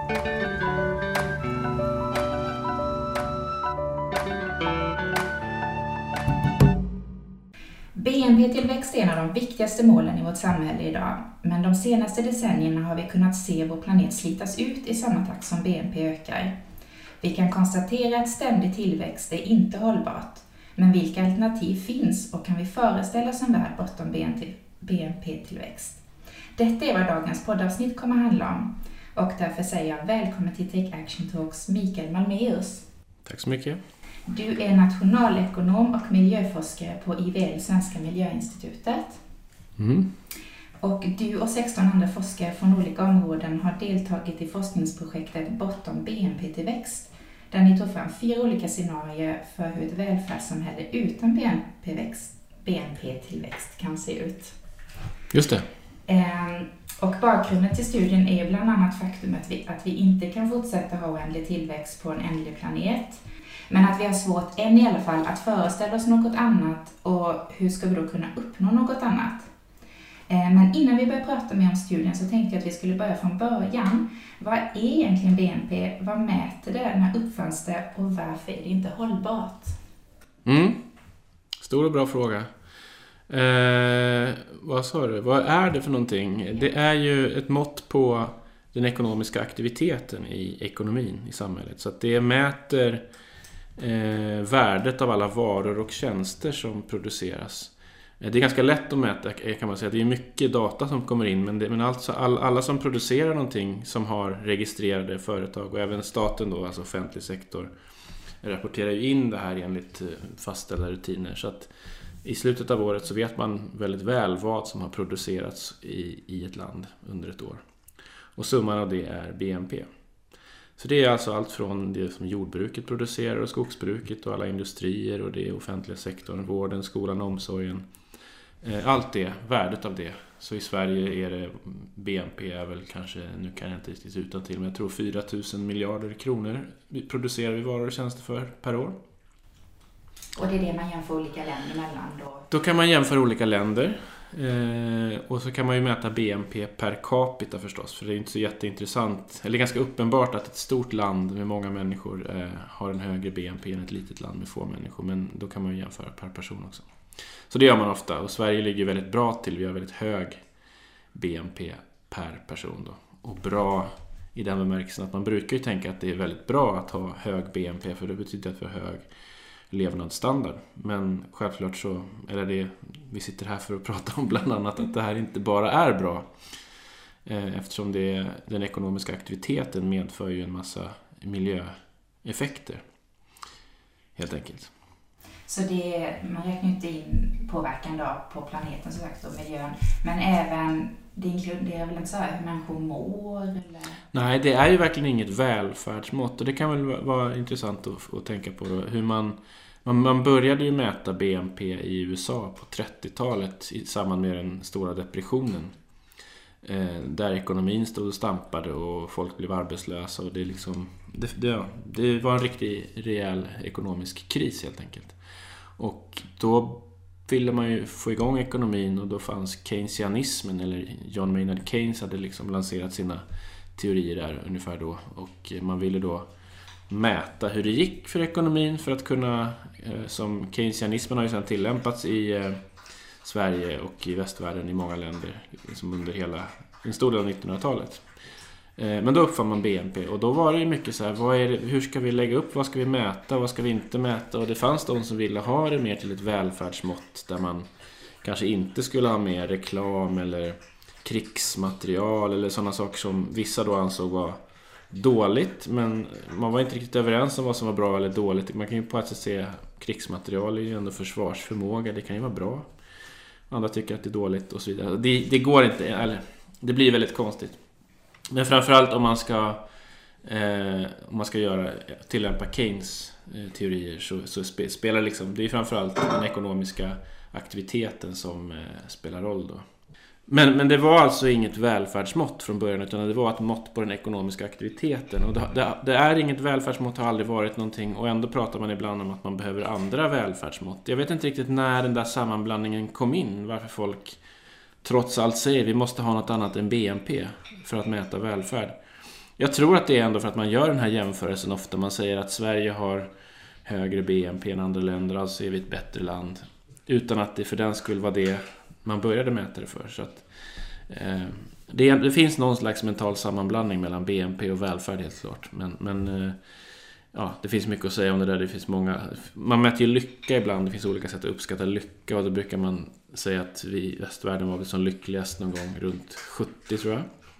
BNP-tillväxt är en av de viktigaste målen i vårt samhälle idag, men de senaste decennierna har vi kunnat se vår planet slitas ut i samma takt som BNP ökar. Vi kan konstatera att ständig tillväxt är inte hållbart, men vilka alternativ finns och kan vi föreställa oss en värld bortom BNP-tillväxt? Detta är vad dagens poddavsnitt kommer handla om, och därför säger jag välkommen till Take Action Talks Mikael Malméus. Tack så mycket. Du är nationalekonom och miljöforskare på IVL, Svenska miljöinstitutet. Och du och 16 andra forskare från olika områden har deltagit i forskningsprojektet Bortom BNP-tillväxt, där ni tog fram 4 olika scenarier för hur ett välfärdssamhälle utan BNP-tillväxt kan se ut. Just det. Och bakgrunden till studien är bland annat faktumet att vi inte kan fortsätta ha oändlig tillväxt på en ändlig planet. Men att vi har svårt, än i alla fall, att föreställa oss något annat, och hur ska vi då kunna uppnå något annat? Men innan vi börjar prata mer om studien så tänkte jag att vi skulle börja från början. Vad är egentligen BNP? Vad mäter det? När uppfanns det? Och varför är det inte hållbart? Stor och bra fråga. Vad sa du? Vad är det för någonting? Det är ju ett mått på den ekonomiska aktiviteten i ekonomin i samhället. Så att det mäter värdet av alla varor och tjänster som produceras. Det är ganska lätt att mäta, kan man säga. Det är mycket data som kommer in, men alltså alla som producerar någonting som har registrerade företag, och även staten då, alltså offentlig sektor, rapporterar ju in det här enligt fastställda rutiner. Så att i slutet av året så vet man väldigt väl vad som har producerats i ett land under ett år. Och summan av det är BNP. Så det är alltså allt från det som jordbruket producerar och skogsbruket och alla industrier och det offentliga sektorn, vården, skolan, omsorgen. Allt det, värdet av det. Så i Sverige är det BNP är väl kanske, nu kan jag inte riktigt utan till, men jag tror 4 000 miljarder kronor producerar vi varor och tjänster för per år. Och det är det man jämför olika länder mellan då? Då kan man jämföra olika länder. Och så kan man ju mäta BNP per capita förstås, för det är inte så jätteintressant, eller ganska uppenbart att ett stort land med många människor har en högre BNP än ett litet land med få människor, men då kan man ju jämföra per person också. Så det gör man ofta, och Sverige ligger väldigt bra till. Vi har väldigt hög BNP per person då. Och bra i den bemärkelsen att man brukar ju tänka att det är väldigt bra att ha hög BNP, för det betyder att vi har hög levnadsstandard. Men självklart så är det vi sitter här för att prata om, bland annat att det här inte bara är bra, eftersom den ekonomiska aktiviteten medför ju en massa miljöeffekter helt enkelt. Så man räknar inte in påverkan då på planeten, som sagt, och miljön, men även det inkluderar väl inte så här hur människor mår? Eller? Nej, det är ju verkligen inget välfärdsmått, och det kan väl vara intressant att tänka på då, hur man började ju mäta BNP i USA på 30-talet i samband med den stora depressionen, där ekonomin stod och stampade och folk blev arbetslösa, och det var en riktig rejäl ekonomisk kris helt enkelt. Och då ville man ju få igång ekonomin, och då fanns keynesianismen, eller John Maynard Keynes hade liksom lanserat sina teorier där ungefär då, och man ville då mäta hur det gick för ekonomin för att kunna, som keynesianismen har ju sedan tillämpats i Sverige och i västvärlden i många länder liksom under en stor del av 1900-talet. Men då uppfann man BNP, och då var det mycket så här, hur ska vi lägga upp, vad ska vi mäta, vad ska vi inte mäta, och det fanns de som ville ha det mer till ett välfärdsmått där man kanske inte skulle ha med reklam eller krigsmaterial eller sådana saker som vissa då ansåg var dåligt, men man var inte riktigt överens om vad som var bra eller dåligt. Man kan ju på ett sätt se krigsmaterial är ju ändå försvarsförmåga, det kan ju vara bra, andra tycker att det är dåligt och så vidare. Det går inte, eller det blir väldigt konstigt. Men framförallt om man ska tillämpa Keynes teorier så spelar liksom, det är framförallt den ekonomiska aktiviteten som spelar roll då. Men det var alltså inget välfärdsmått från början, utan det var ett mått på den ekonomiska aktiviteten. Och det är inget välfärdsmått, har aldrig varit någonting, och ändå pratar man ibland om att man behöver andra välfärdsmått. Jag vet inte riktigt när den där sammanblandningen kom in, varför folk trots allt säger vi måste ha något annat än BNP för att mäta välfärd. Jag tror att det är ändå för att man gör den här jämförelsen ofta. Man säger att Sverige har högre BNP än andra länder, alltså är vi ett bättre land. Utan att det för den skull var det man började mäta det för. Så att, det finns någon slags mental sammanblandning mellan BNP och välfärd helt klart. Men ja, det finns mycket att säga om det där. Det finns många, man mäter ju lycka ibland. Det finns olika sätt att uppskatta lycka. Och då brukar man säga att vi i västvärlden var väl som lyckligast någon gång runt 70 tror jag.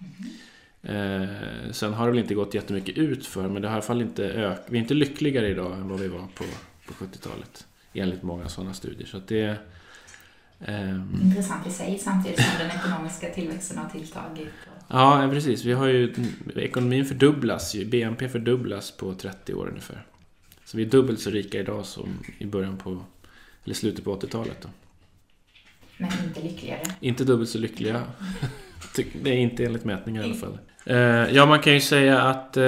Sen har det väl inte gått jättemycket ut för, men det har i alla fall inte vi är inte lyckligare idag än vad vi var på 70-talet enligt många sådana studier. Så att det intressant i sig, samtidigt som den ekonomiska tillväxten har tilltagit. Ja, precis. Vi har ju ekonomin fördubblas ju, BNP fördubblas på 30 år ungefär. Så vi är dubbelt så rika idag som i början på eller slutet på 80-talet då. Men inte lyckligare. Inte dubbelt så lyckliga. Det är inte enligt mätningar i alla fall. Ja, man kan ju säga att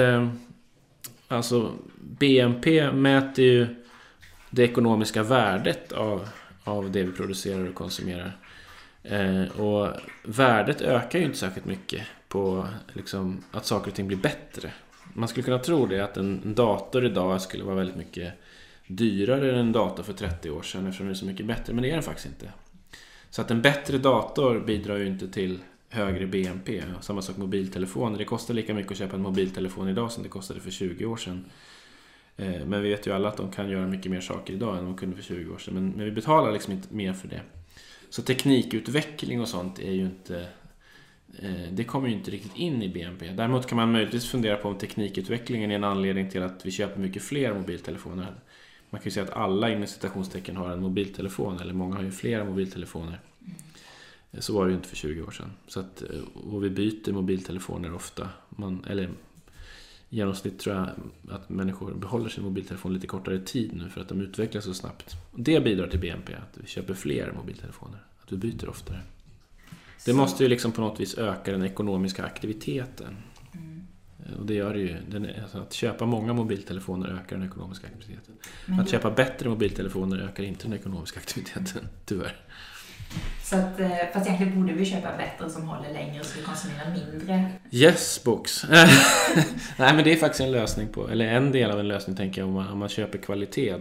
alltså BNP mäter ju det ekonomiska värdet av det vi producerar och konsumerar. Och värdet ökar ju inte särskilt mycket på liksom, att saker och ting blir bättre. Man skulle kunna tro det, att en dator idag skulle vara väldigt mycket dyrare än en dator för 30 år sedan eftersom det är så mycket bättre, men det är den faktiskt inte. Så att en bättre dator bidrar ju inte till högre BNP. Samma sak mobiltelefoner. Det kostar lika mycket att köpa en mobiltelefon idag som det kostade för 20 år sedan. Men vi vet ju alla att de kan göra mycket mer saker idag än de kunde för 20 år sedan. Men vi betalar liksom inte mer för det. Så teknikutveckling och sånt är ju inte... Det kommer ju inte riktigt in i BNP. Däremot kan man möjligtvis fundera på om teknikutvecklingen är en anledning till att vi köper mycket fler mobiltelefoner. Man kan ju säga att alla inom citationstecken har en mobiltelefon, eller många har ju flera mobiltelefoner. Så var det ju inte för 20 år sedan. Så att, och vi byter mobiltelefoner ofta. Eller i genomsnitt tror jag att människor behåller sin mobiltelefon lite kortare tid nu för att de utvecklas så snabbt. Det bidrar till BNP, att vi köper fler mobiltelefoner. Att vi byter oftare. Det måste ju liksom på något vis öka den ekonomiska aktiviteten. Och det gör det ju. Alltså att köpa många mobiltelefoner ökar den ekonomiska aktiviteten. Att köpa bättre mobiltelefoner ökar inte den ekonomiska aktiviteten, tyvärr. Så att, fast egentligen borde vi köpa bättre som håller längre så vi konsumerar mindre. Yes, box. Nej, men det är faktiskt en lösning på, eller en del av en lösning tänker jag, om man köper kvalitet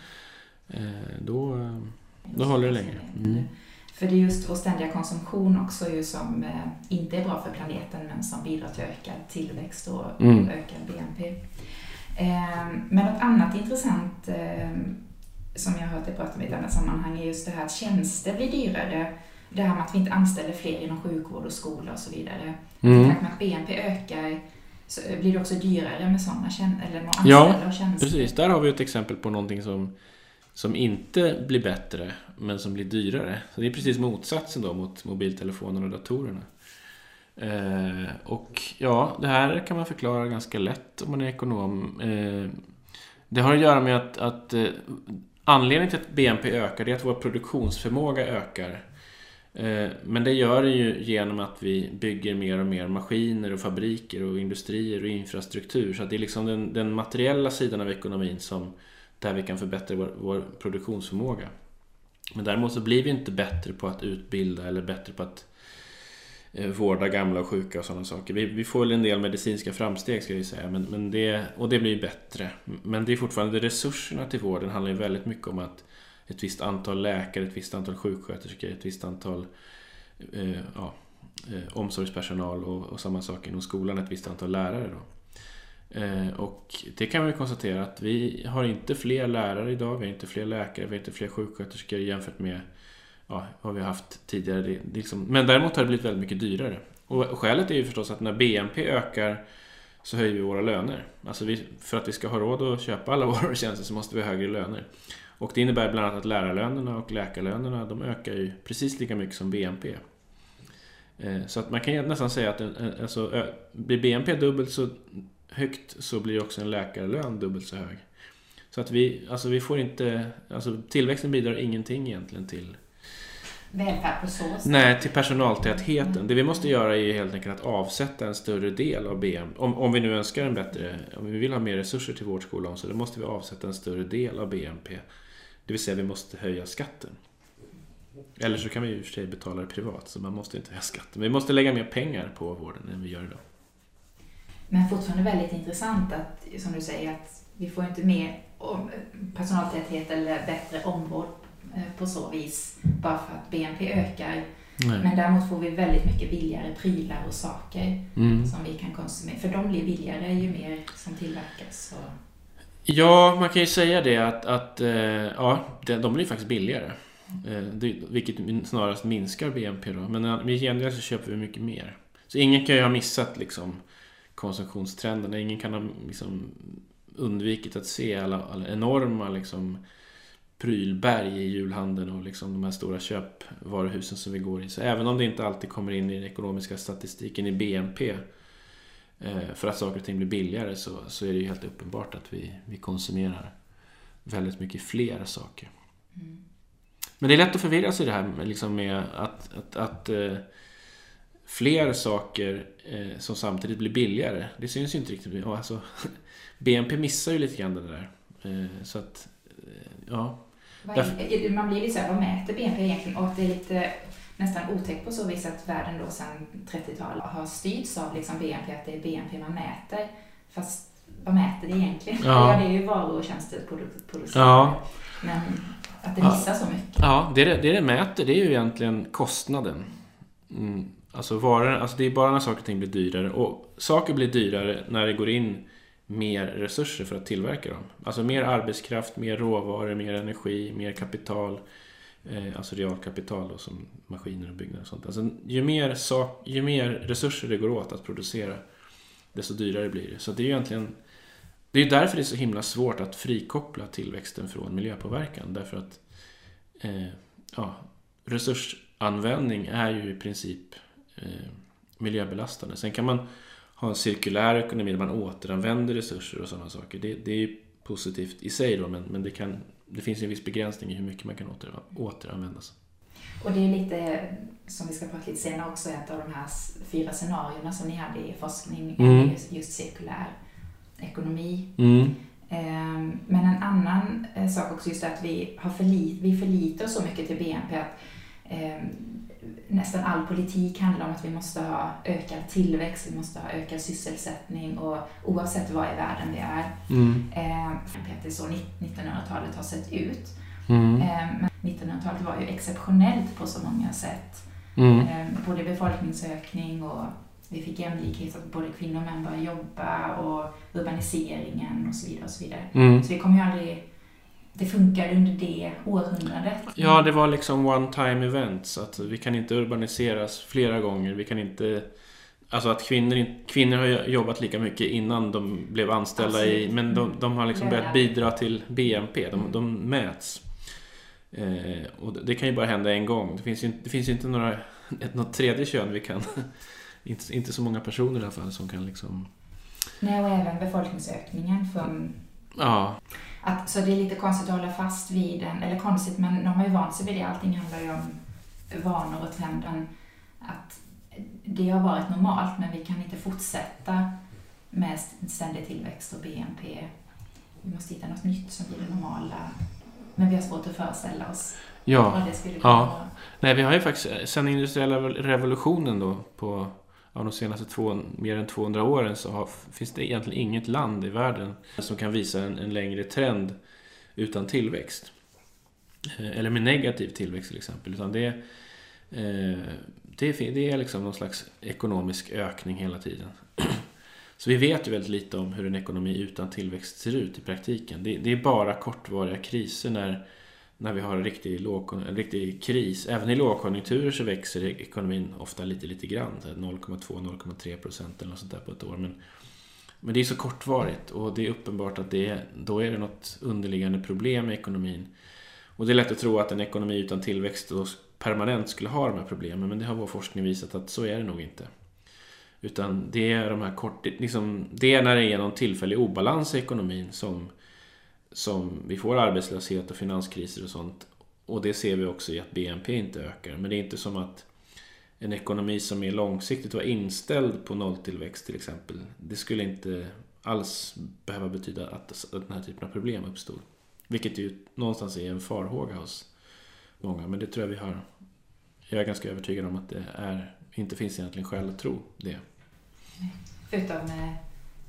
då håller det längre. För det är just vår ständiga konsumtion också ju som inte är bra för planeten men som bidrar till ökad tillväxt och ökad BNP. Men något annat intressant som jag har hört dig prata om i ett annat sammanhang är just det här att tjänster blir dyrare. Det här med att vi inte anställer fler inom sjukvård och skola och så vidare. I takt med att BNP ökar så blir det också dyrare med sådana anställda och tjänster. Precis. Där har vi ett exempel på någonting som inte blir bättre men som blir dyrare. Så det är precis motsatsen då mot mobiltelefonerna och datorerna. Och ja, det här kan man förklara ganska lätt om man är ekonom. Det har att göra med att anledningen till att BNP ökar är att vår produktionsförmåga ökar. Men det gör det ju genom att vi bygger mer och mer maskiner och fabriker och industrier och infrastruktur. Så att det är liksom den materiella sidan av ekonomin där vi kan förbättra vår produktionsförmåga. Men däremot så blir vi inte bättre på att utbilda eller bättre på att vårda gamla och sjuka och sådana saker. Vi får väl en del medicinska framsteg ska vi säga, men det blir bättre. Men det är fortfarande resurserna till vården handlar ju väldigt mycket om att ett visst antal läkare, ett visst antal sjuksköterskor, ett visst antal omsorgspersonal och samma sak inom skolan, ett visst antal lärare då. Och det kan vi konstatera att vi har inte fler lärare idag, vi har inte fler läkare, vi har inte fler sjuksköterskor jämfört med vad vi har haft tidigare. Men däremot har det blivit väldigt mycket dyrare. Och skälet är ju förstås att när BNP ökar så höjer vi våra löner. Alltså för att vi ska ha råd att köpa alla varor och tjänster så måste vi ha högre löner. Och det innebär bland annat att lärarlönerna och läkarlönerna de ökar ju precis lika mycket som BNP. Så att man kan nästan säga att blir BNP dubbelt så högt så blir också en läkarlön dubbelt så hög. Så att vi får inte, tillväxten bidrar ingenting egentligen till välfärd på så sätt. Nej, till personaltätheten. Det vi måste göra är helt enkelt att avsätta en större del av BNP. Om vi nu önskar om vi vill ha mer resurser till vård, skola så då måste vi avsätta en större del av BNP. Det vill säga vi måste höja skatten. Eller så kan vi ju i och för sig betala det privat, så man måste inte höja skatten. Men vi måste lägga mer pengar på vården än vi gör idag. Men fortfarande väldigt intressant att, som du säger, att vi får inte mer personaltäthet eller bättre omvård på så vis bara för att BNP ökar. Nej. Men däremot får vi väldigt mycket billigare prylar och saker som vi kan konsumera. För de blir billigare ju mer som tillverkas. Och... Ja, man kan ju säga det att de blir faktiskt billigare. Vilket snarast minskar BNP då. Men i gengäld så köper vi mycket mer. Så ingen kan ju ha missat liksom konsumtionstrenderna. Ingen kan ha liksom undvikit att se alla enorma liksom prylberg i julhandeln och liksom de här stora köpvaruhusen som vi går i. Så även om det inte alltid kommer in i den ekonomiska statistiken i BNP för att saker och ting blir billigare, så är det ju helt uppenbart att vi konsumerar väldigt mycket fler saker. Men det är lätt att förvirra sig det här liksom med att fler saker som samtidigt blir billigare. Det syns ju inte riktigt. Alltså, BNP missar ju lite grann det där. Så att, ja. Man blir lite så här, vad mäter BNP egentligen? Och det är lite nästan otäckt på så vis att världen då sedan 30-talet har styrts av liksom BNP, att det är BNP man mäter. Fast vad mäter det egentligen? Ja, det är ju varor och tjänster producerade. Ja. Men att det missar så mycket. Ja, det mäter, det är ju egentligen kostnaden. Alltså det är bara när saker och ting blir dyrare. Och saker blir dyrare när det går in mer resurser för att tillverka dem. Alltså mer arbetskraft, mer råvaror, mer energi, mer kapital. Alltså realkapital då, som maskiner och byggnader och sånt. Alltså ju mer resurser det går åt att producera, desto dyrare blir det. Så det är ju egentligen... Det är därför det är så himla svårt att frikoppla tillväxten från miljöpåverkan. Därför att resursanvändning är ju i princip miljöbelastande. Sen kan man ha en cirkulär ekonomi där man återanvänder resurser och sådana saker. Det är ju positivt i sig då, men det finns en viss begränsning i hur mycket man kan återanvändas. Och det är lite, som vi ska prata lite senare också, ett av de här 4 scenarierna som ni hade i forskning är just cirkulär ekonomi. Men en annan sak också just är att vi förlitar oss så mycket till BNP att nästan all politik handlar om att vi måste ha ökad tillväxt, vi måste ha ökad sysselsättning, och oavsett vad i världen vi är. Det är så 1900-talet har sett ut. Men 1900-talet var ju exceptionellt på så många sätt. Både befolkningsökning och vi fick jämlikhet, att både kvinnor och män började jobba, och urbaniseringen och så vidare och så vidare. Så vi kommer ju aldrig... Det funkar under det århundradet. Ja, det var liksom one time event, så att vi kan inte urbaniseras flera gånger. Vi kan inte... Alltså att kvinnor har jobbat lika mycket innan de blev anställda men de har liksom börjat bidra till BNP. De mäts. Och det kan ju bara hända en gång. Det finns ju inte något tredje kön vi kan... inte så många personer i alla fall som kan liksom... Nej, och även befolkningsökningen från... Ja. Så det är lite konstigt att hålla fast vid den, eller konstigt, men de har ju vant sig vid det. Allting handlar ju om vanor och trenden, att det har varit normalt, men vi kan inte fortsätta med ständig tillväxt och BNP. Vi måste hitta något nytt som blir det normala, men vi har svårt att föreställa oss vad det skulle kunna vara. Nej, vi har ju faktiskt sedan industriella revolutionen då på de senaste mer än 200 åren finns det egentligen inget land i världen som kan visa en längre trend utan tillväxt. Eller med negativ tillväxt till exempel. Utan det är liksom någon slags ekonomisk ökning hela tiden. Så vi vet ju väldigt lite om hur en ekonomi utan tillväxt ser ut i praktiken. Det är bara kortvariga kriser när vi har en riktig kris. Även i lågkonjunkturer så växer ekonomin ofta lite grann. 0,2-0,3% eller något sånt där på ett år. Men det är så kortvarigt, och det är uppenbart att då är det något underliggande problem med ekonomin. Och det är lätt att tro att en ekonomi utan tillväxt då permanent skulle ha de här problemen. Men det har vår forskning visat att så är det nog inte. Utan det är de här det är när det är någon tillfällig obalans i ekonomin som vi får arbetslöshet och finanskriser och sånt. Och det ser vi också i att BNP inte ökar. Men det är inte som att en ekonomi som är långsiktigt var inställd på nolltillväxt till exempel. Det skulle inte alls behöva betyda att den här typen av problem uppstod. Vilket ju någonstans är en farhåga hos många. Men det tror jag är ganska övertygad om att det inte finns egentligen skäl att tro det. Förutom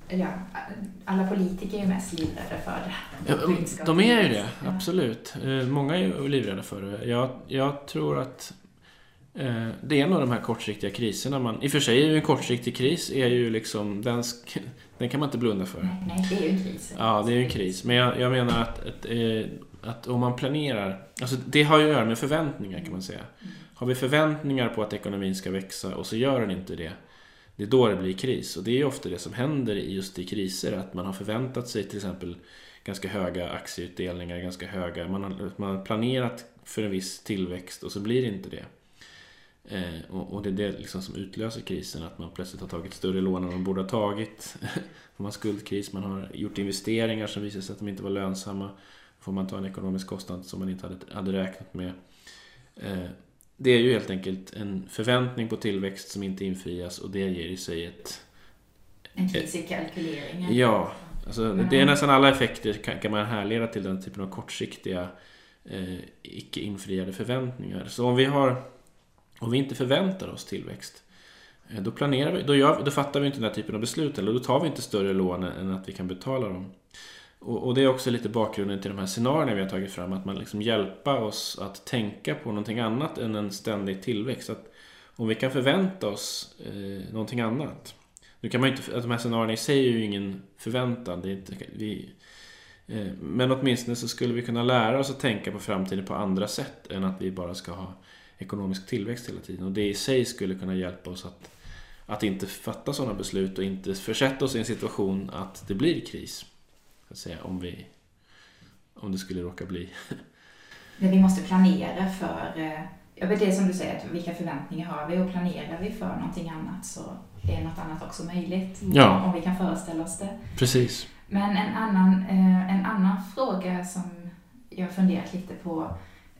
alla politiker är mest livrädda för det. Ja, de är ju det, absolut. Många är ju livrädda för det. Jag tror att det är nog de här kortsiktiga kriserna. I och för sig är ju en kortsiktig kris är ju liksom, den kan man inte blunda för. Nej, det är ju en kris. Ja, det är ju en kris. Men jag menar att om man planerar, alltså det har ju att göra med förväntningar kan man säga. Har vi förväntningar på att ekonomin ska växa och så gör den inte det, det är då det blir kris. Och det är ju ofta det som händer just i kriser, att man har förväntat sig till exempel ganska höga aktieutdelningar, ganska höga, man har planerat för en viss tillväxt och så blir det inte det. Och det är det liksom som utlöser krisen, att man plötsligt har tagit större lån än man borde ha tagit. Man har skuldkris, man har gjort investeringar som visar sig att de inte var lönsamma. Får man ta en ekonomisk kostnad som man inte hade räknat med. Det är ju helt enkelt en förväntning på tillväxt som inte infrias, och det ger i sig en kris i kalkyleringen. Ja, alltså det är nästan alla effekter kan man härleda till den typen av kortsiktiga icke infriade förväntningar. Så om vi inte förväntar oss tillväxt, då planerar vi, då fattar vi inte den här typen av beslut, eller då tar vi inte större lån än att vi kan betala dem. Och det är också lite bakgrunden till de här scenarierna vi har tagit fram, att man liksom hjälpa oss att tänka på någonting annat än en ständig tillväxt. Att om vi kan förvänta oss någonting annat. Nu kan man inte, att de här scenarierna i sig är ju ingen förväntan, det är inte, men åtminstone så skulle vi kunna lära oss att tänka på framtiden på andra sätt än att vi bara ska ha ekonomisk tillväxt hela tiden. Och det i sig skulle kunna hjälpa oss att inte fatta sådana beslut och inte försätta oss i en situation att det blir kris. Att säga, om det skulle råka bli. Men vi måste planera för, det som du säger, att vilka förväntningar har vi, och planerar vi för någonting annat så är något annat också möjligt. Ja. Om vi kan föreställa oss det. Precis. Men en annan fråga som jag funderat lite på,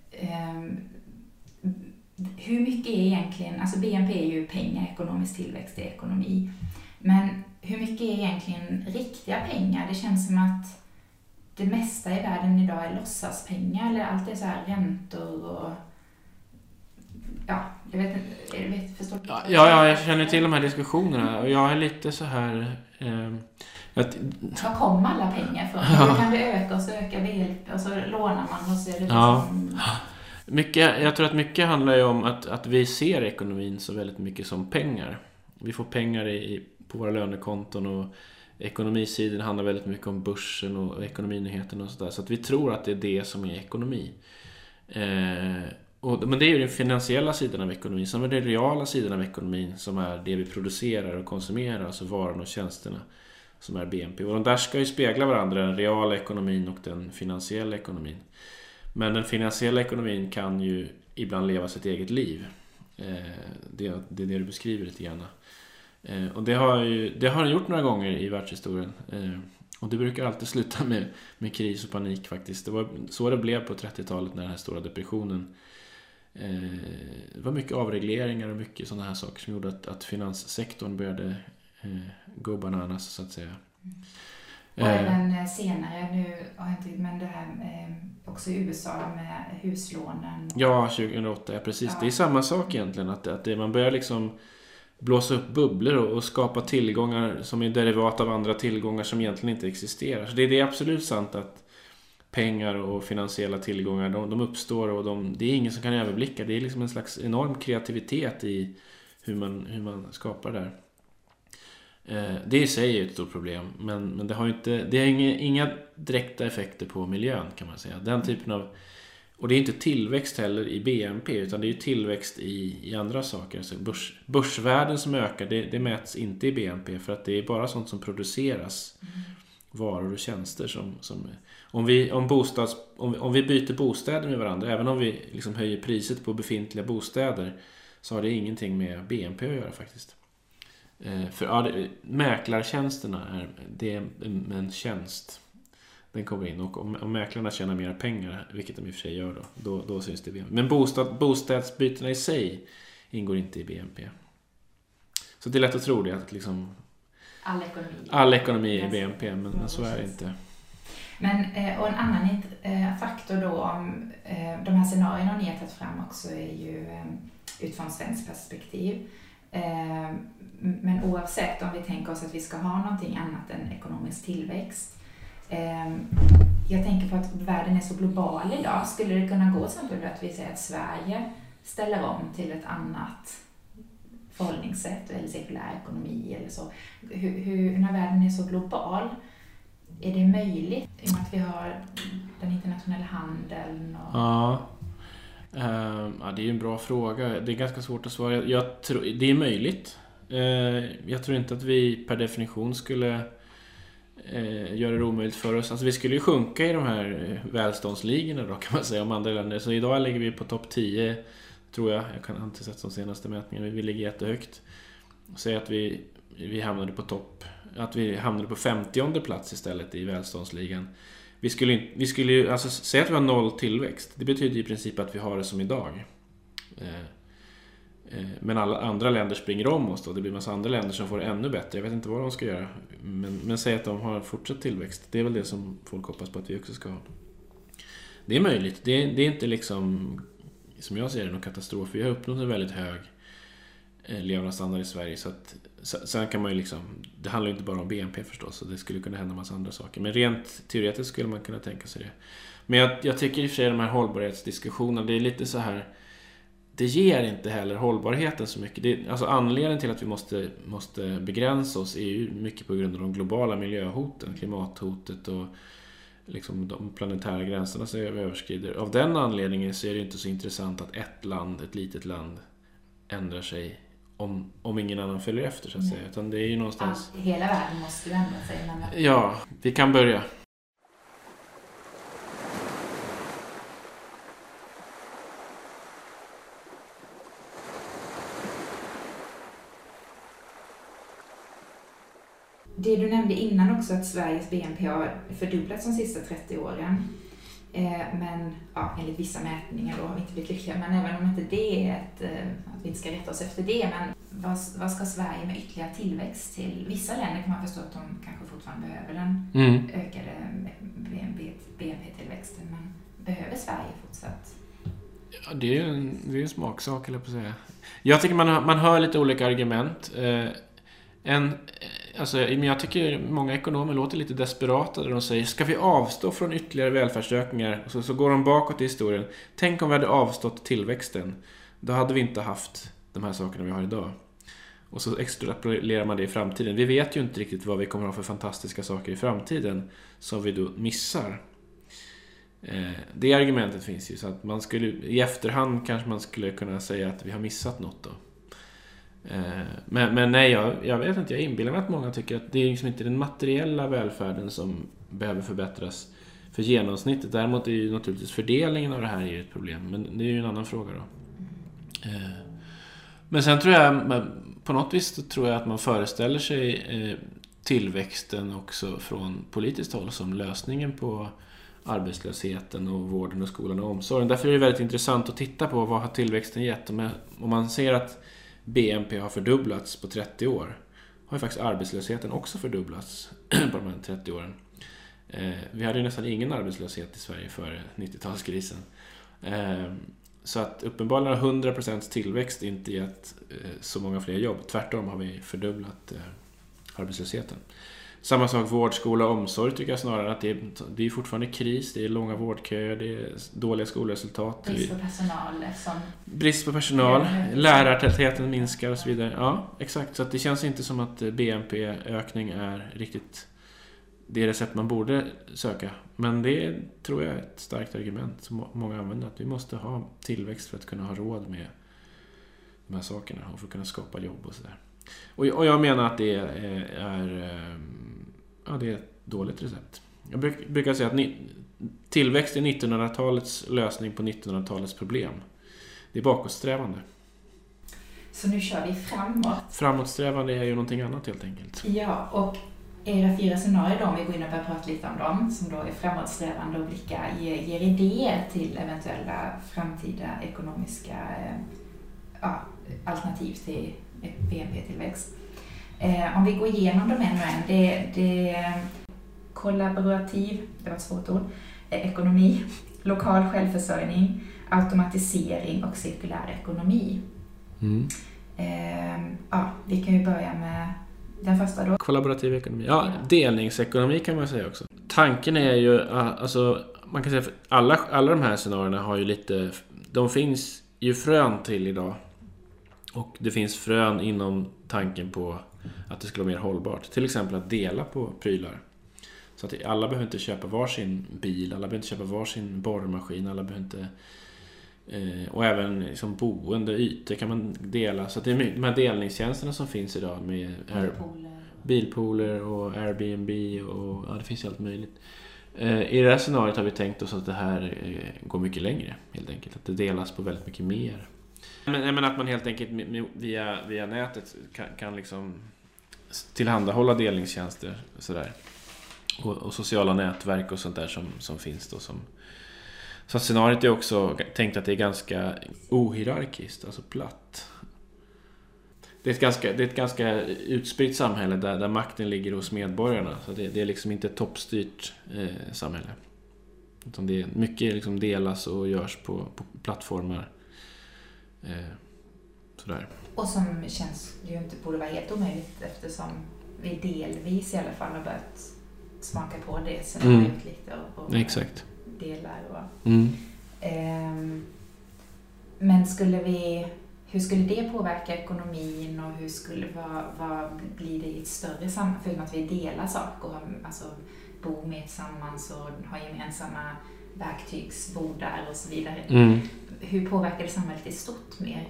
hur mycket är egentligen, alltså BNP är ju pengar, ekonomisk tillväxt är ekonomi, men hur mycket är egentligen riktiga pengar? Det känns som att det mesta i världen idag är låtsaspengar, eller allt är så här räntor och jag vet förstår du? Ja, jag känner till de här diskussionerna och jag är lite så här var kommer alla pengar från? Hur kan det öka och så ökar vi och så lånar man och så är det liksom... Jag tror att mycket handlar ju om att vi ser ekonomin så väldigt mycket som pengar. Vi får pengar på våra lönekonton, och ekonomisidan handlar väldigt mycket om börsen och ekonominyheten och sådär. Så att vi tror att det är det som är ekonomi. Men det är ju den finansiella sidan av ekonomin, som är den reala sidan av ekonomin, som är det vi producerar och konsumerar, alltså varorna och tjänsterna, som är BNP. Och de där ska ju spegla varandra, den reala ekonomin och den finansiella ekonomin. Men den finansiella ekonomin kan ju ibland leva sitt eget liv. Det är det du beskriver lite grann. Och det har den gjort några gånger i världshistorien. Och det brukar alltid sluta med kris och panik faktiskt. Det var så det blev på 30-talet när den här stora depressionen. Det var mycket avregleringar och mycket sådana här saker som gjorde att finanssektorn började gå bananas, så att säga. Och även senare, nu har jag inte, men det här också i USA med huslånen. Ja, 2008, ja, precis. Ja. Det är samma sak egentligen, att man börjar liksom blåsa upp bubblor och skapa tillgångar som är derivat av andra tillgångar som egentligen inte existerar. Så det är absolut sant att pengar och finansiella tillgångar, de uppstår, och det är ingen som kan överblicka. Det är liksom en slags enorm kreativitet i hur man skapar det. Det i sig är ett stort problem, men det har inga direkta effekter på miljön, kan man säga. Den typen av, och det är inte tillväxt heller i BNP, utan det är ju tillväxt i andra saker. Alltså börsvärden som ökar, det mäts inte i BNP, för att det är bara sånt som produceras, varor och tjänster som om vi byter bostäder med varandra, även om vi liksom höjer priset på befintliga bostäder, så har det ingenting med BNP att göra faktiskt. För mäklartjänsterna det är en tjänst, den kommer in, och om mäklarna tjänar mer pengar, vilket de i och för sig gör då syns det i BNP. Men bostadsbytena i sig ingår inte i BNP. Så det är lätt att tro det, att liksom all ekonomi är BNP, men så är det inte. Men, och en annan faktor då om de här scenarierna ni har tagit fram också är ju utifrån svenskt perspektiv. Men oavsett om vi tänker oss att vi ska ha någonting annat än ekonomisk tillväxt. Jag tänker på att världen är så global idag. Skulle det kunna gå till exempel att vi säger att Sverige ställer om till ett annat förhållningssätt eller cirkulär ekonomi eller så. När världen är så global, är det möjligt i och med att vi har den internationella handeln? Ja, det är ju en bra fråga. Det är ganska svårt att svara. Jag tror, det är möjligt. Jag tror inte att vi per definition skulle göra det omöjligt för oss. Alltså vi skulle ju sjunka i de här välståndsligorna då, kan man säga, om andra länder. Så idag ligger vi på topp 10, tror jag. Jag kan inte sett de senaste mätningarna. Vi ligger jättehögt. Säg att vi hamnade på topp, att vi hamnade på 50:e plats istället i välståndsligan. Vi skulle ju, alltså säga att vi har 0 tillväxt. Det betyder i princip att vi har det som idag. Men alla andra länder springer om oss då. Det blir en massa andra länder som får det ännu bättre. Jag vet inte vad de ska göra. Men säg att de har fortsatt tillväxt. Det är väl det som folk hoppas på att vi också ska ha. Det är möjligt. Det är inte liksom, som jag ser det, någon katastrof. Vi har uppnått en väldigt hög levnadsstandard i Sverige. Så att, sen kan man ju liksom, det handlar ju inte bara om BNP förstås. Så det skulle kunna hända en massa andra saker. Men rent teoretiskt skulle man kunna tänka sig det. Men jag tycker i och för sig de här hållbarhetsdiskussionerna, det är lite så här, det ger inte heller hållbarheten så mycket. Alltså anledningen till att vi måste begränsa oss är ju mycket på grund av de globala miljöhoten, klimathotet och liksom de planetära gränserna som vi överskrider. Av den anledningen så är det inte så intressant att ett litet land ändrar sig om ingen annan följer efter så att säga. Utan det är ju någonstans... Hela världen måste ju ändra sig. Men... Ja, vi kan börja. Det du nämnde innan också, att Sveriges BNP har fördubblats de sista 30 åren. Men enligt vissa mätningar då har vi inte blivit lyckliga. Men även om inte det är att vi inte ska rätta oss efter det. Men vad ska Sverige med ytterligare tillväxt till? Vissa länder kan man förstå att de kanske fortfarande behöver den ökade BNP-tillväxten. Men behöver Sverige fortsatt? Ja, det är en smaksak, eller på att säga. Jag tycker man hör lite olika argument. Men jag tycker många ekonomer låter lite desperata när de säger, ska vi avstå från ytterligare välfärdsökningar? Och så går de bakåt i historien. Tänk om vi hade avstått tillväxten. Då hade vi inte haft de här sakerna vi har idag. Och så extrapolerar man det i framtiden. Vi vet ju inte riktigt vad vi kommer att ha för fantastiska saker i framtiden som vi då missar. Det argumentet finns ju, så att man skulle i efterhand kanske man skulle kunna säga att vi har missat något då. Men nej, jag vet inte, jag inbillar mig att många tycker att det är liksom inte den materiella välfärden som behöver förbättras för genomsnittet. Däremot är ju naturligtvis fördelningen av det här ett problem, men det är ju en annan fråga då. Men sen tror jag, på något vis tror jag att man föreställer sig tillväxten också från politiskt håll som lösningen på arbetslösheten och vården och skolan och omsorgen. Därför är det väldigt intressant att titta på vad har tillväxten gett. Om man ser att BNP har fördubblats på 30 år, har ju faktiskt arbetslösheten också fördubblats på de här 30 åren. Vi hade ju nästan ingen arbetslöshet i Sverige före 90-talskrisen. Så att uppenbarligen har 100% tillväxt inte gett så många fler jobb. Tvärtom har vi fördubblat arbetslösheten. Samma sak vård, skola och omsorg tycker jag snarare att det är fortfarande kris. Det är långa vårdköer, det är dåliga skolresultat. Brist på personal, lärartätheten minskar och så vidare. Ja, exakt. Så att det känns inte som att BNP-ökning är riktigt det recept man borde söka. Men det tror jag är ett starkt argument som många använder. Att vi måste ha tillväxt för att kunna ha råd med de här sakerna och för att kunna skapa jobb och sådär. Och jag menar att det är ett dåligt recept. Jag brukar säga att tillväxt är 1900-talets lösning på 1900-talets problem. Det är bakåtsträvande. Så nu kör vi framåt. Framåtsträvande är ju någonting annat helt enkelt. Ja, och era 4 scenarier då, om vi går in och börjar prata lite om dem, som då är framåtsträvande och ger idéer till eventuella framtida ekonomiska alternativ till BNP-tillväxt. Om vi går igenom dem en och en. Det är kollaborativ, det var ett svårt ord, ekonomi, lokal självförsörjning, automatisering och cirkulär ekonomi. Vi kan ju börja med den första då. Kollaborativ ekonomi. Ja, delningsekonomi kan man säga också. Tanken är ju, alltså man kan säga att alla de här scenarierna har ju lite, de finns ju frön till idag. Och det finns frön inom tanken på att det skulle vara mer hållbart. Till exempel att dela på prylar. Så att alla behöver inte köpa varsin bil, alla behöver inte köpa varsin borrmaskin, alla behöver inte... Och även liksom boende ytor kan man dela. Så att det är de här delningstjänsterna som finns idag med bilpooler och Airbnb och det finns ju allt möjligt. I det här scenariot har vi tänkt oss att det här går mycket längre helt enkelt. Att det delas på väldigt mycket mer. Men att man helt enkelt via nätet kan liksom tillhandahålla delningstjänster och sådär. Och sociala nätverk och sånt där som finns då som... Så scenariot är också tänkt att det är ganska ohierarkiskt, alltså platt. Det är ett ganska utspritt samhälle där makten ligger hos medborgarna. Så det är liksom inte ett toppstyrt samhälle. Utan det är mycket liksom delas och görs på plattformar. Sådär. Och som känns ju inte borde vara helt omöjligt eftersom vi delvis i alla fall har börjat smaka på det scenariot lite och exakt. Delar och... Men hur skulle det påverka ekonomin och vad blir det i ett större sammanhang, förutom att vi delar saker och alltså bor med tillsammans och har gemensamma verktygsbordar och så vidare. Hur påverkar det samhället i stort mer?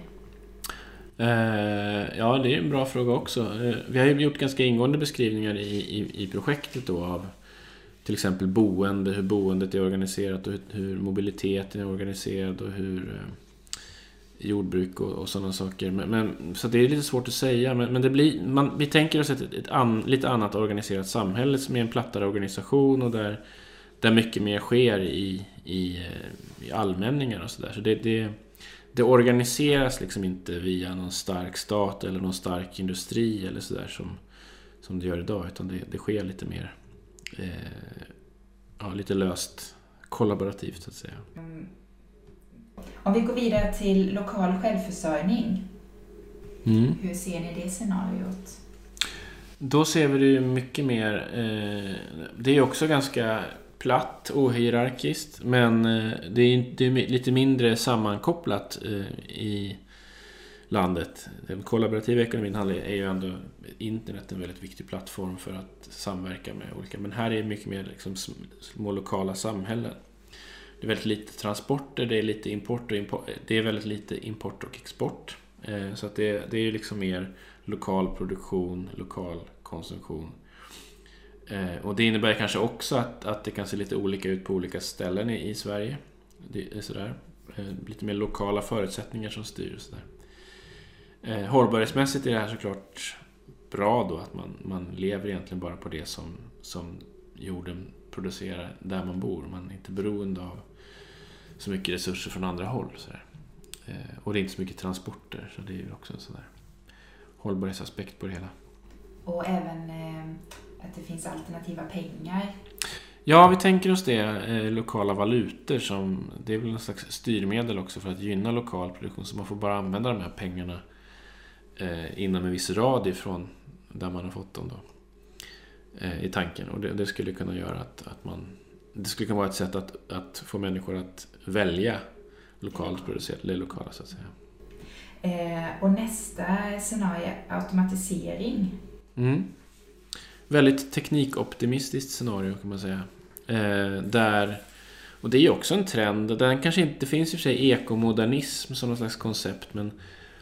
Ja, det är en bra fråga också. Vi har ju gjort ganska ingående beskrivningar i projektet då av till exempel boende, hur boendet är organiserat och hur mobiliteten är organiserad och hur jordbruk och sådana saker. Men, så det är lite svårt att säga. Men det blir, vi tänker oss ett lite annat organiserat samhälle med en plattare organisation och där mycket mer sker i allmänningar och sådär. Så det organiseras liksom inte via någon stark stat eller någon stark industri eller sådär som det gör idag, utan det sker lite mer lite löst kollaborativt så att säga. Om vi går vidare till lokal självförsörjning. Hur ser ni det scenariot? Då ser vi det ju mycket mer, det är också ganska platt och hierarkiskt, men det är lite mindre sammankopplat i landet. Den kollaborativa ekonomin är ju ändå internet en väldigt viktig plattform för att samverka med olika, men här är det mycket mer liksom små lokala samhällen. Det är väldigt lite transporter, det är lite import och det är väldigt lite import och export. Så att det är liksom mer lokal produktion, lokal konsumtion. Och det innebär kanske också att det kan se lite olika ut på olika ställen i Sverige. Det är sådär. Lite mer lokala förutsättningar som styr och sådär. Hållbarhetsmässigt är det här såklart bra då att man lever egentligen bara på det som jorden producerar där man bor. Man är inte beroende av så mycket resurser från andra håll. Sådär. Och det är inte så mycket transporter, så det är ju också en sån där hållbarhetsaspekt på det hela. Och även att det finns alternativa pengar. Ja, vi tänker oss det. Lokala valutor det är väl en slags styrmedel också för att gynna lokal produktion. Så man får bara använda de här pengarna inom en viss radie från där man har fått dem då. I tanken. Och det skulle kunna göra att det skulle kunna vara ett sätt att få människor att välja lokalt producerat eller lokala så att säga. Och nästa scenario är automatisering. Väldigt teknikoptimistiskt scenario kan man säga. Och det är ju också en trend. Den kanske inte finns i och för sig ekomodernism som någon slags koncept, men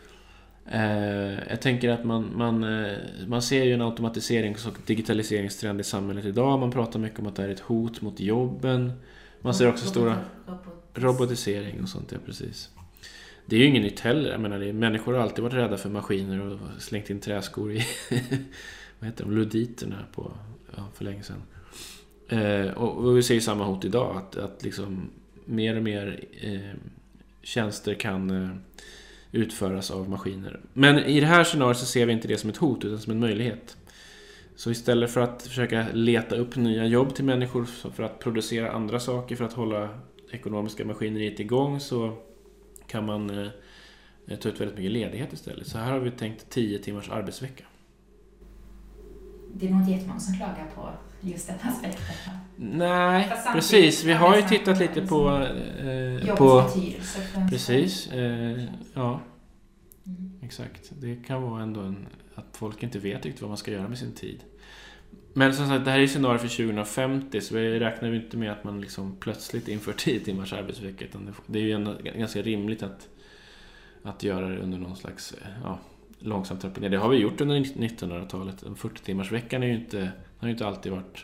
jag tänker att man ser ju en automatiserings- och digitaliseringstrend i samhället idag. Man pratar mycket om att det är ett hot mot jobben. Man ser också stora robotisering och sånt, ja precis. Det är ju ingen nytt heller. Jag menar, människor har alltid varit rädda för maskiner och slängt in träskor i vad heter de, luditerna för länge sedan. Och vi ser ju samma hot idag, att liksom mer och mer tjänster kan utföras av maskiner. Men i det här scenariot så ser vi inte det som ett hot utan som en möjlighet. Så istället för att försöka leta upp nya jobb till människor för att producera andra saker för att hålla ekonomiska maskineriet igång, så kan man ta ut väldigt mycket ledighet istället. Så här har vi tänkt 10 timmars arbetsvecka. Det är nog inte jättemånga som klagar på just den aspekten. Nej, precis. Vi har ju tittat lite på... betydelse. Precis, ja. Exakt. Det kan vara ändå att folk inte vet riktigt vad man ska göra med sin tid. Men som sagt, det här är scenario för 2050, så vi räknar ju inte med att man liksom plötsligt inför 10 timmars arbetsvecka. Utan det är ju ändå ganska rimligt att göra det under någon slags långsam trappning. Det har vi gjort under 1900-talet. 40-timmarsveckan har ju inte alltid varit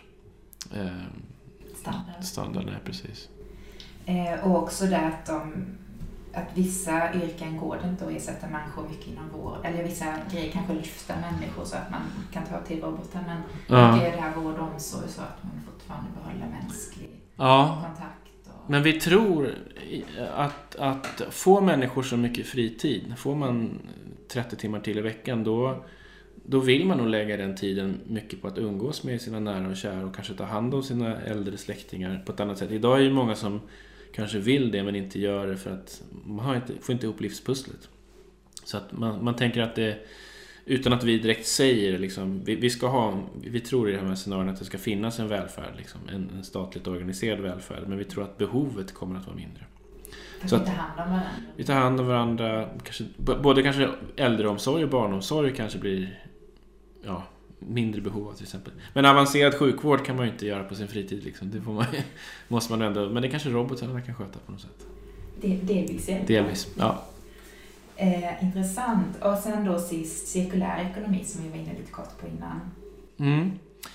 standard. Nej, precis. Och också det att vissa yrken går det inte att ersätta människor mycket inom vård. Eller vissa grejer kanske lyfter människor så att man kan ta till robotar. Men det är det här vård och omsorg så att man fortfarande behåller mänsklig kontakt. Men vi tror att få människor så mycket fritid. Får man 30 timmar till i veckan, då vill man nog lägga den tiden mycket på att umgås med sina nära och kära och kanske ta hand om sina äldre släktingar på ett annat sätt. Idag är ju många som kanske vill det men inte gör det för att man får inte ihop livspusslet. Så att man tänker att det, utan att vi direkt säger liksom, vi tror i det här scenariot att det ska finnas en välfärd, liksom, en statligt organiserad välfärd, men vi tror att behovet kommer att vara mindre. Så att vi tar hand om varandra, både kanske äldreomsorg och barnomsorg kanske blir mindre behov av till exempel. Men avancerad sjukvård kan man ju inte göra på sin fritid liksom. Det måste man ändå, men det kanske robotarna kan sköta på något sätt. Delvis, ja. Intressant. Och sen då sist cirkulär ekonomi som vi var inne lite kort på innan.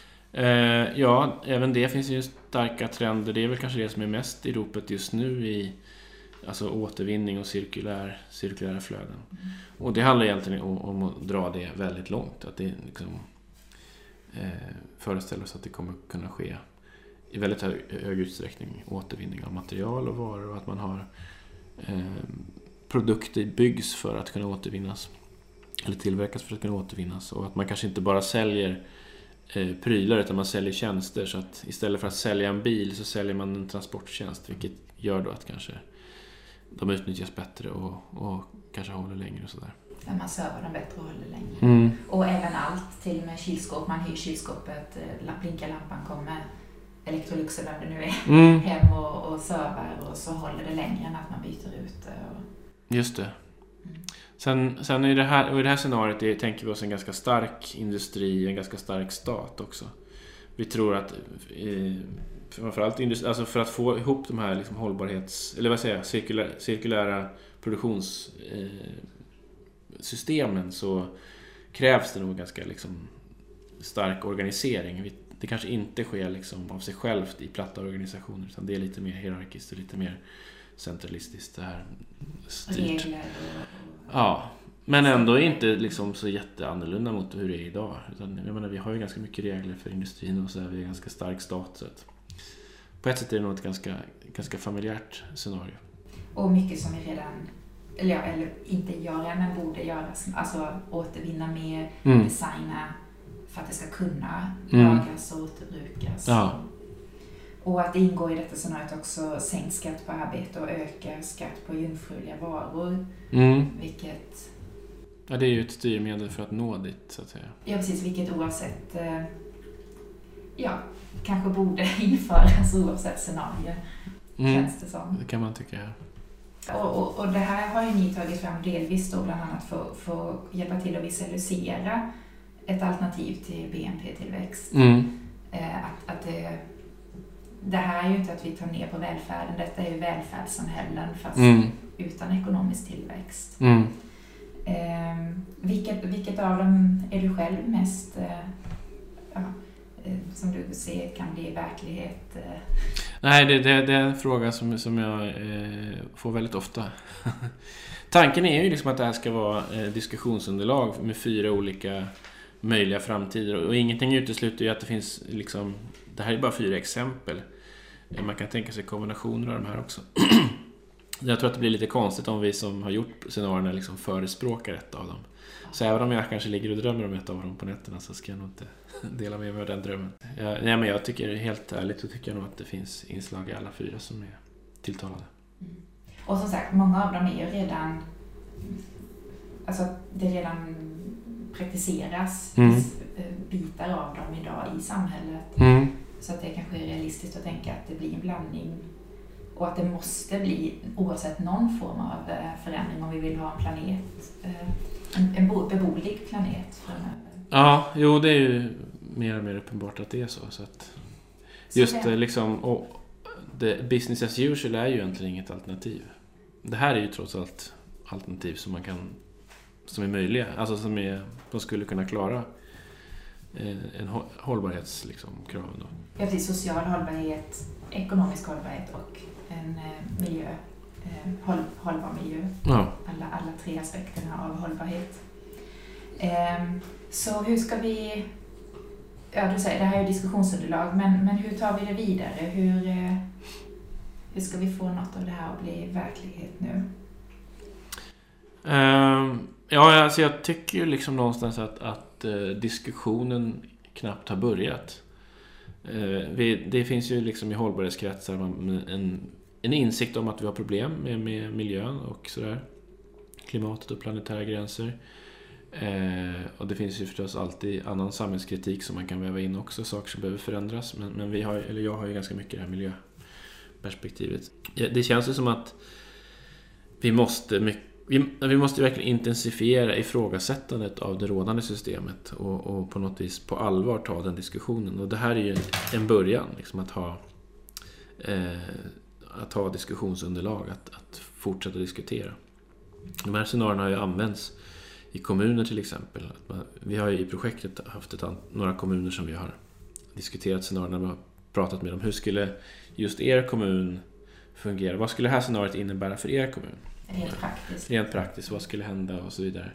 Även det finns ju starka trender. Det är väl kanske det som är mest i ropet just nu i alltså återvinning och cirkulära flöden. Och det handlar egentligen om att dra det väldigt långt. Att det liksom föreställer oss att det kommer kunna ske i väldigt hög utsträckning återvinning av material och varor och att man har produkter byggs för att kunna återvinnas eller tillverkas för att kunna återvinnas och att man kanske inte bara säljer prylar utan man säljer tjänster, så att istället för att sälja en bil så säljer man en transporttjänst, vilket gör då att kanske de utnyttjas bättre och kanske håller längre och sådär. Ja, man servar dem bättre och håller längre. Och även allt, till och med kylskåp, man hyr kylskåpet, blinkarlampan kommer, Electrolux eller vad det nu är, hem och servar och så håller det längre än att man byter ut det. Just det. Sen i det här scenariot tänker vi oss en ganska stark industri, en ganska stark stat också. Vi tror att framförallt alltså för att få ihop de här liksom cirkulära produktionssystemen så krävs det nog ganska liksom stark organisering. Det kanske inte sker liksom av sig självt i platta organisationer, utan det är lite mer hierarkiskt och lite mer centralistiskt det här styrt. Ja, men ändå inte liksom så jätteannorlunda mot hur det är idag. Utan, jag menar, vi har ju ganska mycket regler för industrin och så är vi en ganska stark stat. Så att på ett sätt är det nog ett ganska familjärt scenario. Och mycket som vi redan, eller inte gör men borde göras. Alltså återvinna mer, designa för att det ska kunna lagras och återbrukas. Ja. Och att det ingår i detta scenariot också sänkt skatt på arbete och ökad skatt på jungfruliga varor. Vilket... Ja, det är ju ett styrmedel för att nå dit, så att säga. Ja, precis. Vilket oavsett... kanske borde införas oavsett scenario. Känns det som. Det kan man tycka, ja. Och det här har ju ni tagit fram delvis då bland annat för att hjälpa till att visualisera ett alternativ till BNP-tillväxt. Att det här är ju inte att vi tar ner på välfärden, detta är ju välfärdssamhällen fast utan ekonomisk tillväxt. Vilket av dem är du själv mest som du ser kan bli verklighet? Nej, det är en fråga som jag får väldigt ofta. Tanken är ju liksom att det här ska vara diskussionsunderlag med 4 olika möjliga framtider, och ingenting utesluter ju att det finns liksom, det här är bara 4 exempel. Man kan tänka sig kombinationer av de här också. Jag tror att det blir lite konstigt om vi som har gjort scenarierna liksom förespråkar ett av dem. Så även om jag kanske ligger och drömmer om ett av dem på nätterna så ska jag nog inte dela med mig av den drömmen. Men jag tycker helt ärligt så tycker jag nog att det finns inslag i alla 4 som är tilltalade. Och som sagt, många av dem är ju redan alltså det redan praktiseras bitar av dem idag i samhället. Så att det kanske är realistiskt att tänka att det blir en blandning och att det måste bli oavsett någon form av förändring om vi vill ha en planet, en beboelig planet framöver. Ja, jo, det är ju mer och mer uppenbart att det är så att just liksom, och business as usual är ju egentligen inget alternativ. Det här är ju trots allt alternativ som är möjliga, alltså som skulle kunna klara en hållbarhetskrav liksom, då. Ja, precis, social hållbarhet, ekonomisk hållbarhet och en hållbar miljö. Ja. Alla 3 aspekterna av hållbarhet. Så hur ska vi... Ja, du säger det här är diskussionsunderlag, men hur tar vi det vidare? Hur ska vi få något av det här att bli verklighet nu? Ja, alltså jag tycker ju liksom någonstans att diskussionen knappt har börjat. Det finns ju liksom i hållbarhetskretsar en insikt om att vi har problem med miljön och sådär. Klimatet och planetära gränser. Och det finns ju förstås alltid annan samhällskritik som man kan väva in också, saker som behöver förändras. Men jag har ju ganska mycket det här miljöperspektivet. Det känns ju som att vi måste verkligen intensifiera ifrågasättandet av det rådande systemet och på något vis på allvar ta den diskussionen. Och det här är ju en början, liksom att ha diskussionsunderlag, att fortsätta diskutera. De här scenarierna har ju använts i kommuner till exempel. Vi har ju i projektet haft några kommuner som vi har diskuterat scenarierna. Vi har pratat med dem. Hur skulle just er kommun fungera? Vad skulle det här scenariot innebära för er kommun? Rent praktiskt. Vad skulle hända och så vidare.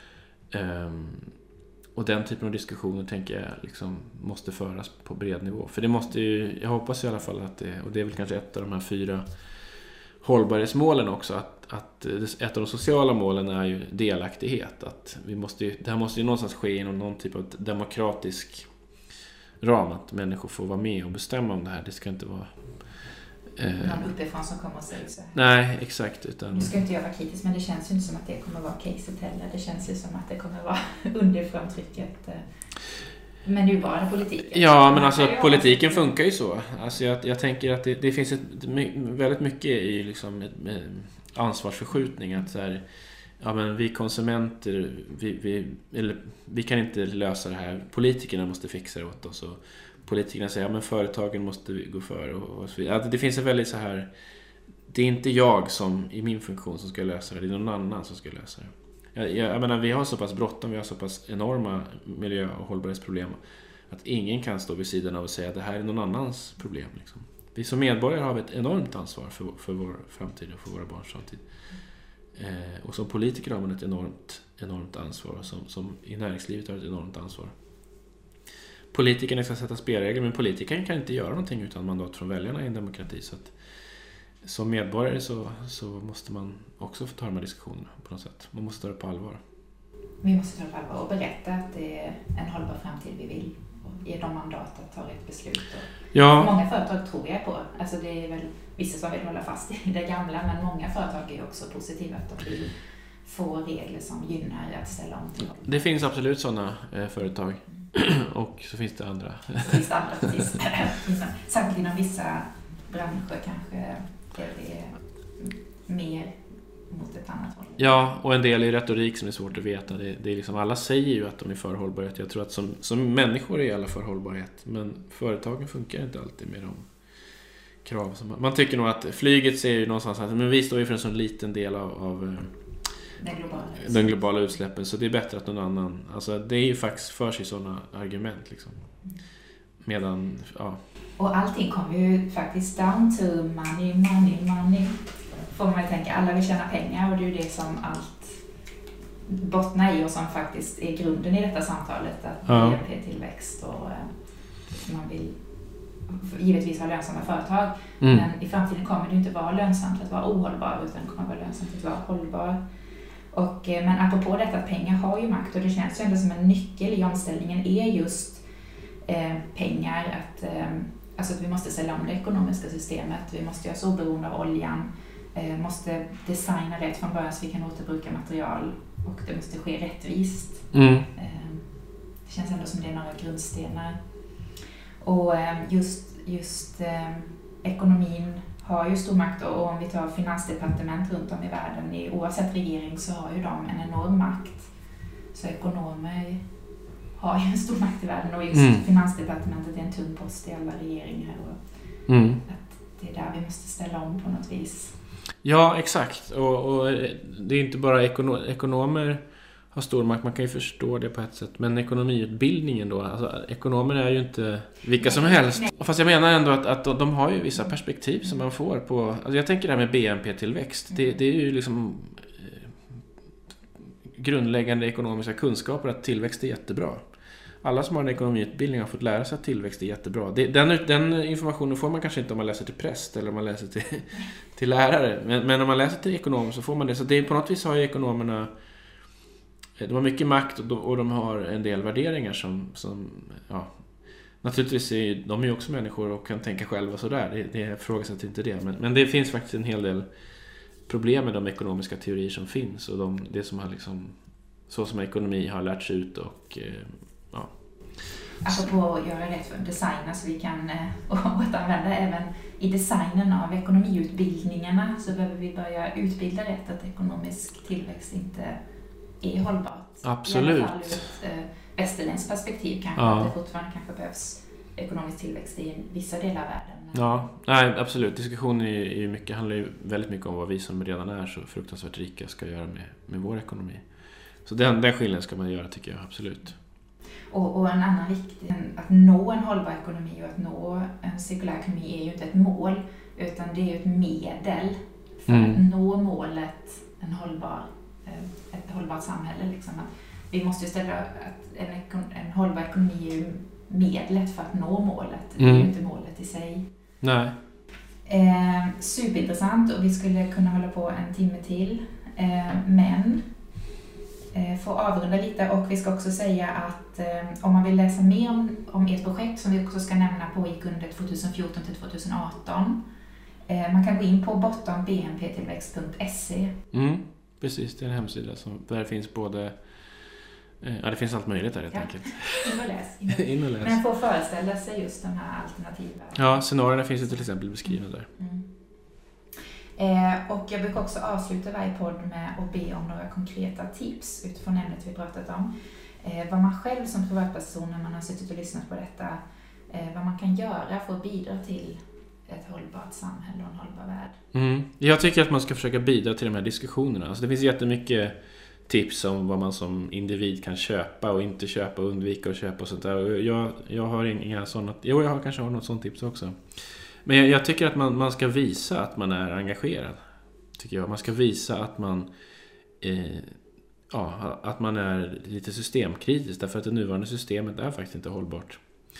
Och den typen av diskussioner tänker jag liksom måste föras på bred nivå. För det måste ju, jag hoppas i alla fall att och det är väl kanske ett av de här 4 hållbarhetsmålen också, att ett av de sociala målen är ju delaktighet. Att det här måste ju någonstans ske inom någon typ av demokratisk ram, att människor får vara med och bestämma om det här. Det ska inte vara någon uppifrån som kommer och säger så. Nej, exakt. Nu ska inte jag vara kritisk, men det känns ju inte som att det kommer vara caset heller. Det känns ju som att det kommer vara underifrån trycket. Men nuvarande politiken. Ja, men alltså politiken funkar ju så. Alltså jag tänker att det finns väldigt mycket i liksom ansvarsförskjutning. Att så här, ja, men vi konsumenter, vi kan inte lösa det här. Politikerna måste fixa det åt oss. Och politikerna säger, ja men företagen måste gå före. Och så vidare. Att det finns en väldigt så här, det är inte jag som i min funktion som ska lösa det. Det är någon annan som ska lösa det. Jag menar, vi har så pass bråttom, vi har så pass enorma miljö- och hållbarhetsproblem att ingen kan stå vid sidan av och säga att det här är någon annans problem. Liksom. Vi som medborgare har ett enormt ansvar för vår framtid och för våra barns framtid. Och som politiker har man ett enormt ansvar, som i näringslivet har ett enormt ansvar. Politikerna ska sätta spelregler, men politikern kan inte göra någonting utan mandat från väljarna i en demokrati. Så att som medborgare så måste man också få ta de här diskussionerna på något sätt. Man måste ta det på allvar. Vi måste ta det på allvar och berätta att det är en hållbar framtid vi vill. Och ge dem mandat att ta ett beslut. Ja. Många företag tror jag på. Alltså det är väl vissa som vill hålla fast i det gamla, men många företag är också positiva att de vill få regler som gynnar att ställa om till. Det finns absolut sådana företag. Och så finns det andra. Precis. Särskilt inom vissa branscher kanske är det mer mot ett annat håll. Ja, och en del är retorik som är svårt att veta. Det är liksom, alla säger ju att de är för hållbarhet. Jag tror att som människor är alla för hållbarhet. Men företagen funkar inte alltid med de krav som man tycker nog att flyget ser ju någonstans att men vi står ju för en sån liten del av den globala utsläppen, så det är bättre att någon annan, alltså det är ju faktiskt för sig sådana argument liksom. Medan, ja. Och allting kommer ju faktiskt down to money. Får man ju tänka, alla vill tjäna pengar och det är ju det som allt bottnar i och som faktiskt är grunden i detta samtalet, att BNP-tillväxt och man vill givetvis ha lönsamma företag, men i framtiden kommer det ju inte vara lönsamt att vara ohållbar, utan det kommer vara lönsamt att vara hållbar. Men apropå detta att pengar har ju makt, och det känns ju ändå som en nyckel i omställningen är just pengar, alltså att vi måste ställa om det ekonomiska systemet, vi måste göra oss oberoende av oljan, måste designa rätt från början så vi kan återbruka material och det måste ske rättvist. Det känns ändå som det är några grundstenar. Och just ekonomin har ju stor makt, och om vi tar finansdepartement runt om i världen, oavsett regering så har ju de en enorm makt. Så ekonomer har ju en stor makt i världen, och just finansdepartementet är en tung post i alla regeringar. Och att det är där vi måste ställa om på något vis. Ja, exakt. Och det är inte bara ekonomer har stor makt, man kan ju förstå det på ett sätt. Men ekonomiutbildningen då, alltså ekonomer är ju inte vilka som helst. Fast jag menar ändå att de har ju vissa perspektiv som man får på. Alltså jag tänker det här med BNP-tillväxt. Det är ju liksom grundläggande ekonomiska kunskaper att tillväxt är jättebra. Alla som har en ekonomiutbildning har fått lära sig att tillväxt är jättebra. Den informationen får man kanske inte om man läser till präst eller om man läser till lärare. Men om man läser till ekonom så får man det. Så det är, på något vis har ju ekonomerna, de har mycket makt och de har en del värderingar som ja, naturligtvis är de är ju också människor och kan tänka själva sådär. Det frågasätter inte det. Men det finns faktiskt en hel del problem med de ekonomiska teorier som finns och det som har liksom, så som ekonomi har lärts ut och ja. Apropå att göra rätt för designer, så vi kan återanvända även i designen av ekonomiutbildningarna, så behöver vi börja utbilda rätt att ekonomisk tillväxt inte är hållbart. Absolut. I alla fall ur ett västerländskt perspektiv kanske, att det fortfarande kanske behövs ekonomisk tillväxt i vissa delar av världen. Ja, nej, absolut. Diskussionen är ju mycket, handlar ju väldigt mycket om vad vi som redan är så fruktansvärt rika ska göra med vår ekonomi. Så den skillnaden ska man göra, tycker jag, absolut. Och en annan viktig, att nå en hållbar ekonomi och att nå en cirkulär ekonomi är ju inte ett mål, utan det är ju ett medel för att nå målet ett hållbart samhälle. Liksom. Att vi måste ju ställa att en hållbar ekonomi är ju medlet för att nå målet. Det är ju inte målet i sig. Nej. Superintressant, och vi skulle kunna hålla på en timme till. Men får avrunda lite, och vi ska också säga att om man vill läsa mer om ert projekt, som vi också ska nämna, pågick under 2014 till 2018. Man kan gå in på bortombnptillväxt.se. Precis, det är en hemsida där det finns både det finns allt möjligt där helt enkelt. In och läs. Men får föreställa sig just de här alternativa. Ja, scenarierna finns ju till exempel beskrivna där. Och jag brukar också avsluta varje podd med att be om några konkreta tips utifrån ämnet vi pratat om. Vad man själv som privatperson, när man har suttit och lyssnat på detta, vad man kan göra för att bidra till ett hållbart samhälle och en hållbar värld. Jag tycker att man ska försöka bidra till de här diskussionerna. Alltså det finns jättemycket tips om vad man som individ kan köpa och inte köpa och undvika att köpa och sånt där. Jag har inga sådana. Jo, jag har kanske något sånt tips också. Men jag tycker att man ska visa att man är engagerad. Tycker jag. Man ska visa att att man är lite systemkritisk, därför att det nuvarande systemet är faktiskt inte hållbart.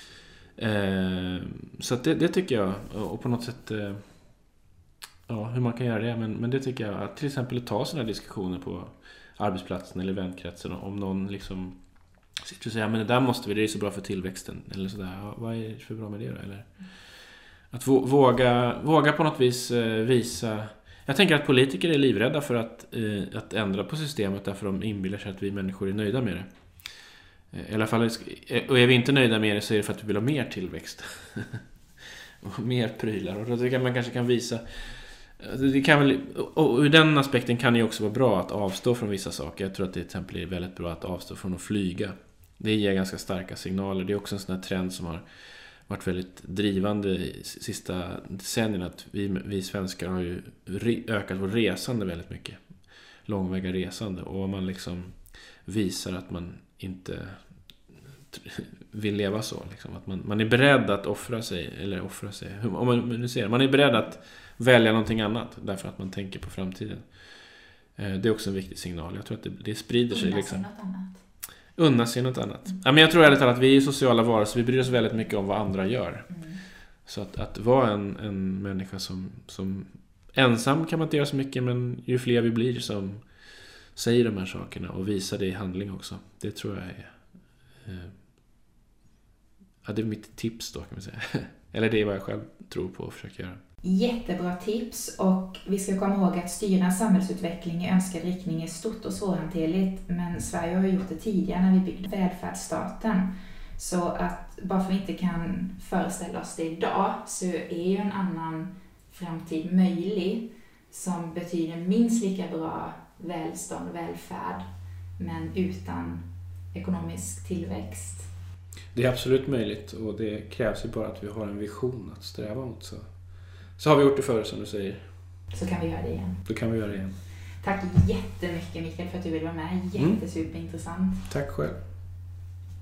Så att det tycker jag, och på något sätt hur man kan göra det, men det tycker jag, att till exempel ta sådana diskussioner på arbetsplatsen eller vänkretsen, om någon liksom sitter och säger, men det där måste vi, det är så bra för tillväxten eller sådär, vad är det för bra med det då? Eller att våga på något vis visa. Jag tänker att politiker är livrädda för att ändra på systemet, därför de inbillar sig att vi människor är nöjda med det. I alla fall, och är vi inte nöjda med det så är det för att vi vill ha mer tillväxt. Och mer prylar. Och då tycker jag man kanske kan visa. Det kan väl, och ur den aspekten kan det också vara bra att avstå från vissa saker. Jag tror att det till exempel är väldigt bra att avstå från att flyga. Det ger ganska starka signaler. Det är också en sån här trend som har varit väldigt drivande i sista decennierna, att vi svenskar har ju ökat vår resande väldigt mycket. Långväga resande. Och om man liksom visar att man inte vill leva så, liksom, att man är beredd att offra sig, om man nu ser, man är beredd att välja någonting annat därför att man tänker på framtiden. Det är också en viktig signal. Jag tror att det sprider sig liksom. Unna sig något annat. Ja, men jag tror ärligt talat att vi är sociala varelser, vi bryr oss väldigt mycket om vad andra gör. Så att vara en människa som ensam kan man inte göra så mycket, men ju fler vi blir som säger de här sakerna och visar det i handling också. Det tror jag är det är mitt tips då, kan man säga. Eller det är vad jag själv tror på och försöker göra. Jättebra tips, och vi ska komma ihåg att styra en samhällsutveckling i önskad riktning är stort och svårhanterligt, men Sverige har gjort det tidigare när vi byggde välfärdsstaten. Så att bara för att vi inte kan föreställa oss det idag, så är ju en annan framtid möjlig som betyder minst lika bra välstånd och välfärd, men utan ekonomisk tillväxt. Det är absolut möjligt, och det krävs ju bara att vi har en vision att sträva mot. Så har vi gjort det förr, som du säger. Så kan vi göra det igen. Då kan vi göra det igen. Tack jättemycket, Mikael, för att du ville vara med. Jättesuperintressant. Tack själv.